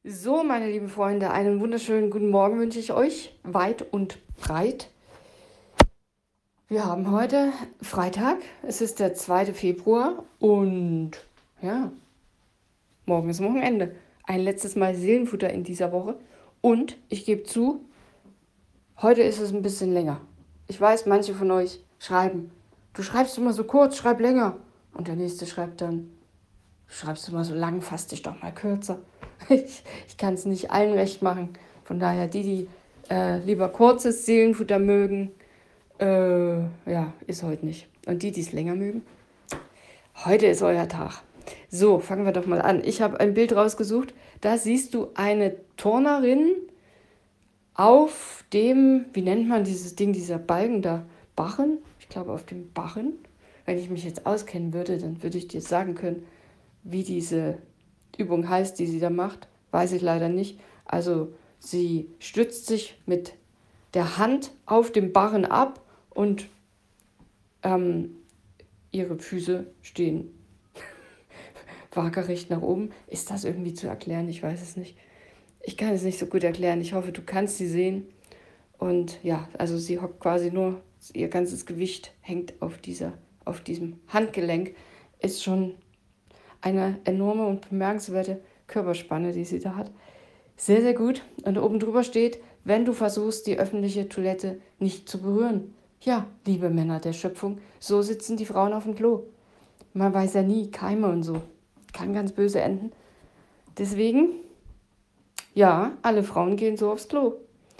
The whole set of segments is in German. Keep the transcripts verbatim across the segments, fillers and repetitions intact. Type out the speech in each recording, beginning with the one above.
So, meine lieben Freunde, einen wunderschönen guten Morgen wünsche ich euch, weit und breit. Wir haben heute Freitag, es ist der zweite Februar und ja, morgen ist Wochenende. Ein letztes Mal Seelenfutter in dieser Woche und ich gebe zu, heute ist es ein bisschen länger. Ich weiß, manche von euch schreiben, du schreibst immer so kurz, schreib länger. Und der nächste schreibt dann, du schreibst immer so lang, fass dich doch mal kürzer. Ich, ich kann es nicht allen recht machen. Von daher, die, die äh, lieber kurzes Seelenfutter mögen, äh, ja, ist heute nicht. Und die, die es länger mögen, heute ist euer Tag. So, fangen wir doch mal an. Ich habe ein Bild rausgesucht. Da siehst du eine Turnerin auf dem, wie nennt man dieses Ding, dieser Balken da? Barren? Ich glaube auf dem Barren. Wenn ich mich jetzt auskennen würde, dann würde ich dir sagen können, wie diese Übung heißt, die sie da macht. Weiß ich leider nicht. Also sie stützt sich mit der Hand auf dem Barren ab und ähm, ihre Füße stehen waagerecht nach oben. Ist das irgendwie zu erklären? Ich weiß es nicht. Ich kann es nicht so gut erklären. Ich hoffe, du kannst sie sehen. Und ja, also sie hockt quasi nur, ihr ganzes Gewicht hängt auf, dieser, auf diesem Handgelenk. Ist schon eine enorme und bemerkenswerte Körperspanne, die sie da hat. Sehr, sehr gut. Und oben drüber steht, wenn du versuchst, die öffentliche Toilette nicht zu berühren. Ja, liebe Männer der Schöpfung, so sitzen die Frauen auf dem Klo. Man weiß ja nie, Keime und so. Kann ganz böse enden. Deswegen, ja, alle Frauen gehen so aufs Klo.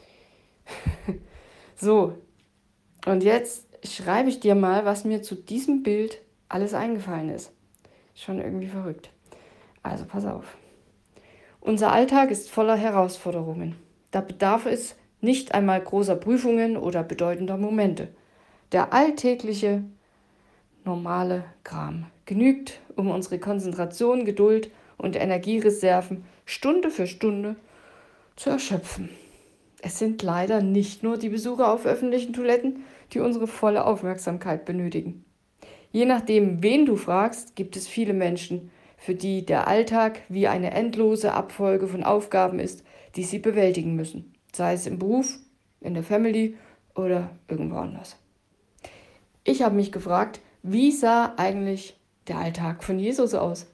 So, und jetzt schreibe ich dir mal, was mir zu diesem Bild alles eingefallen ist. Schon irgendwie verrückt. Also pass auf. Unser Alltag ist voller Herausforderungen. Da bedarf es nicht einmal großer Prüfungen oder bedeutender Momente. Der alltägliche, normale Kram genügt, um unsere Konzentration, Geduld und Energiereserven Stunde für Stunde zu erschöpfen. Es sind leider nicht nur die Besucher auf öffentlichen Toiletten, die unsere volle Aufmerksamkeit benötigen. Je nachdem, wen du fragst, gibt es viele Menschen, für die der Alltag wie eine endlose Abfolge von Aufgaben ist, die sie bewältigen müssen. Sei es im Beruf, in der Family oder irgendwo anders. Ich habe mich gefragt, wie sah eigentlich der Alltag von Jesus aus?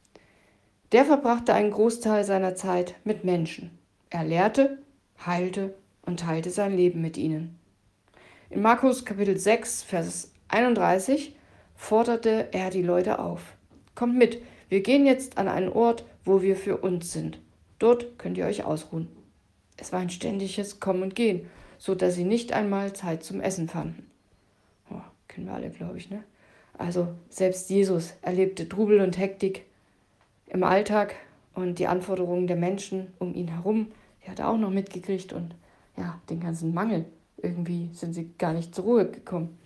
Der verbrachte einen Großteil seiner Zeit mit Menschen. Er lehrte, heilte und teilte sein Leben mit ihnen. In Markus Kapitel sechs, Vers einunddreißig forderte er die Leute auf. Kommt mit, wir gehen jetzt an einen Ort, wo wir für uns sind. Dort könnt ihr euch ausruhen. Es war ein ständiges Kommen und Gehen, so dass sie nicht einmal Zeit zum Essen fanden. Oh, kennen wir alle, glaube ich, ne? Also selbst Jesus erlebte Trubel und Hektik im Alltag und die Anforderungen der Menschen um ihn herum, die hat er auch noch mitgekriegt und ja, den ganzen Mangel. Irgendwie sind sie gar nicht zur Ruhe gekommen.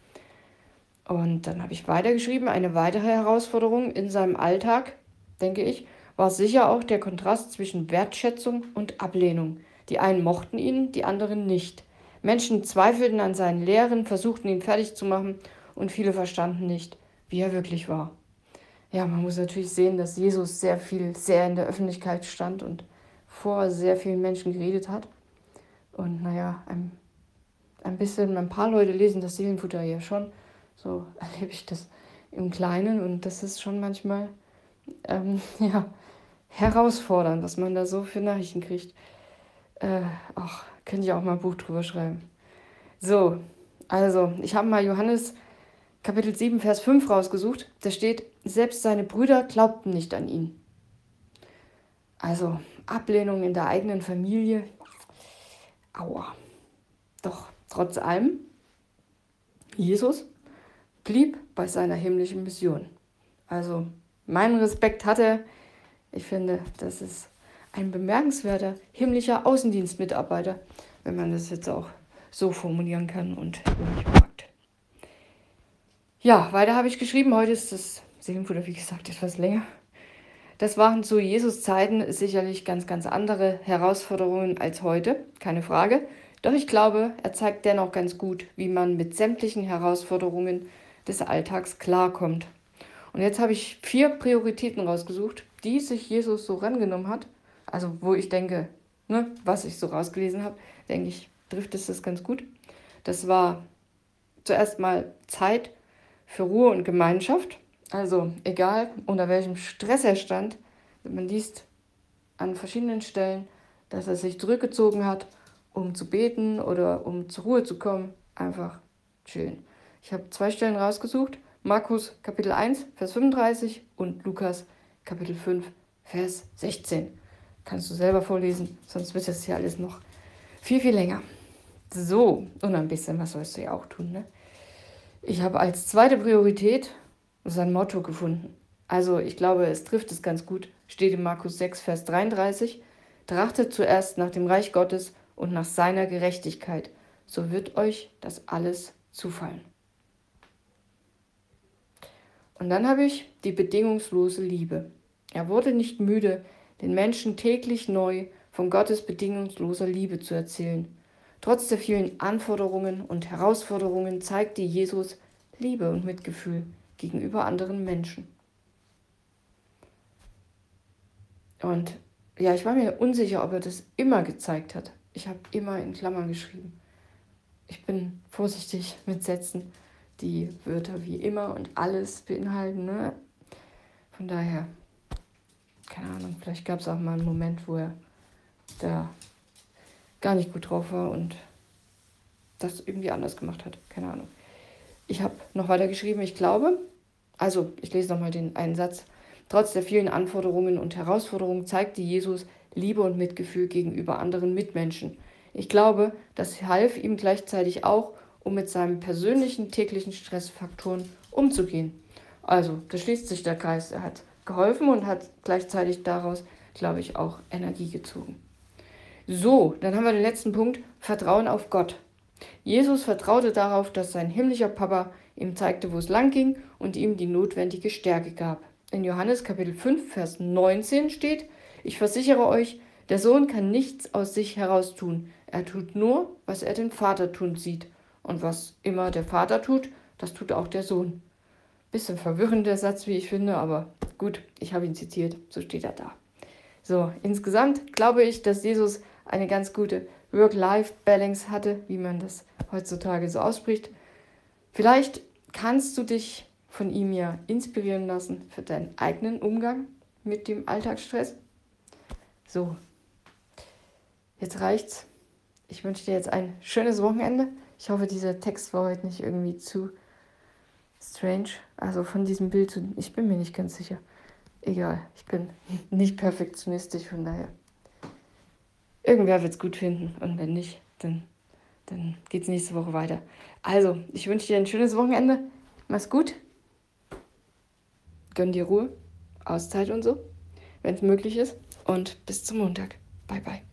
Und dann habe ich weitergeschrieben, eine weitere Herausforderung in seinem Alltag, denke ich, war sicher auch der Kontrast zwischen Wertschätzung und Ablehnung. Die einen mochten ihn, die anderen nicht. Menschen zweifelten an seinen Lehren, versuchten ihn fertig zu machen und viele verstanden nicht, wie er wirklich war. Ja, man muss natürlich sehen, dass Jesus sehr viel, sehr in der Öffentlichkeit stand und vor sehr vielen Menschen geredet hat. Und naja, ein, ein bisschen, ein paar Leute lesen das Seelenfutter ja schon. So erlebe ich das im Kleinen und das ist schon manchmal ähm, ja, herausfordernd, was man da so für Nachrichten kriegt. Äh, ach, könnte ich auch mal ein Buch drüber schreiben. So, also ich habe mal Johannes Kapitel sieben, Vers fünf rausgesucht. Da steht, selbst seine Brüder glaubten nicht an ihn. Also Ablehnung in der eigenen Familie. Aua. Doch trotz allem, Jesus blieb bei seiner himmlischen Mission. Also meinen Respekt hat er. Ich finde, das ist ein bemerkenswerter himmlischer Außendienstmitarbeiter, wenn man das jetzt auch so formulieren kann und mich mag. Ja, weiter habe ich geschrieben. Heute ist das Seelenfutter, wie gesagt, etwas länger. Das waren zu Jesus Zeiten sicherlich ganz, ganz andere Herausforderungen als heute, keine Frage. Doch ich glaube, er zeigt dennoch ganz gut, wie man mit sämtlichen Herausforderungen des Alltags klarkommt. Und jetzt habe ich vier Prioritäten rausgesucht, die sich Jesus so rangenommen hat, Also wo ich denke, ne, was ich so rausgelesen habe, denke ich, trifft es das ganz gut. Das war zuerst mal Zeit für Ruhe und Gemeinschaft. Also egal, unter welchem Stress er stand, man liest an verschiedenen Stellen, dass er sich zurückgezogen hat, um zu beten oder um zur Ruhe zu kommen. Einfach chillen. Ich habe zwei Stellen rausgesucht. Markus Kapitel eins, Vers fünfunddreißig und Lukas Kapitel fünf, Vers sechzehn. Kannst du selber vorlesen, sonst wird das hier alles noch viel, viel länger. So, und ein bisschen was sollst du ja auch tun, ne? Ich habe als zweite Priorität sein Motto gefunden. Also ich glaube, es trifft es ganz gut. Steht in Markus sechs, Vers dreiunddreißig. Trachtet zuerst nach dem Reich Gottes und nach seiner Gerechtigkeit. So wird euch das alles zufallen. Und dann habe ich die bedingungslose Liebe. Er wurde nicht müde, den Menschen täglich neu von Gottes bedingungsloser Liebe zu erzählen. Trotz der vielen Anforderungen und Herausforderungen zeigte Jesus Liebe und Mitgefühl gegenüber anderen Menschen. Und ja, ich war mir unsicher, ob er das immer gezeigt hat. Ich habe immer in Klammern geschrieben. Ich bin vorsichtig mit Sätzen, die Wörter wie immer und alles beinhalten. Ne? Von daher, keine Ahnung, vielleicht gab es auch mal einen Moment, wo er da gar nicht gut drauf war und das irgendwie anders gemacht hat. Keine Ahnung. Ich habe noch weiter geschrieben, ich glaube, also ich lese nochmal den einen Satz. Trotz der vielen Anforderungen und Herausforderungen zeigte Jesus Liebe und Mitgefühl gegenüber anderen Mitmenschen. Ich glaube, das half ihm gleichzeitig auch, um mit seinen persönlichen täglichen Stressfaktoren umzugehen. Also, da schließt sich der Kreis. Er hat geholfen und hat gleichzeitig daraus, glaube ich, auch Energie gezogen. So, dann haben wir den letzten Punkt, Vertrauen auf Gott. Jesus vertraute darauf, dass sein himmlischer Papa ihm zeigte, wo es lang ging und ihm die notwendige Stärke gab. In Johannes Kapitel fünf, Vers neunzehn steht, ich versichere euch, der Sohn kann nichts aus sich heraus tun. Er tut nur, was er den Vater tun sieht. Und was immer der Vater tut, das tut auch der Sohn. Bisschen verwirrend der Satz, wie ich finde, aber gut, ich habe ihn zitiert, so steht er da. So, insgesamt glaube ich, dass Jesus eine ganz gute Work-Life-Balance hatte, wie man das heutzutage so ausspricht. Vielleicht kannst du dich von ihm ja inspirieren lassen für deinen eigenen Umgang mit dem Alltagsstress. So, jetzt reicht's. Ich wünsche dir jetzt ein schönes Wochenende. Ich hoffe, dieser Text war heute nicht irgendwie zu strange. Also von diesem Bild, zu, ich bin mir nicht ganz sicher. Egal, ich bin nicht perfektionistisch, von daher. Irgendwer wird es gut finden und wenn nicht, dann, dann geht es nächste Woche weiter. Also, ich wünsche dir ein schönes Wochenende. Mach's gut. Gönn dir Ruhe, Auszeit und so, wenn es möglich ist. Und bis zum Montag. Bye, bye.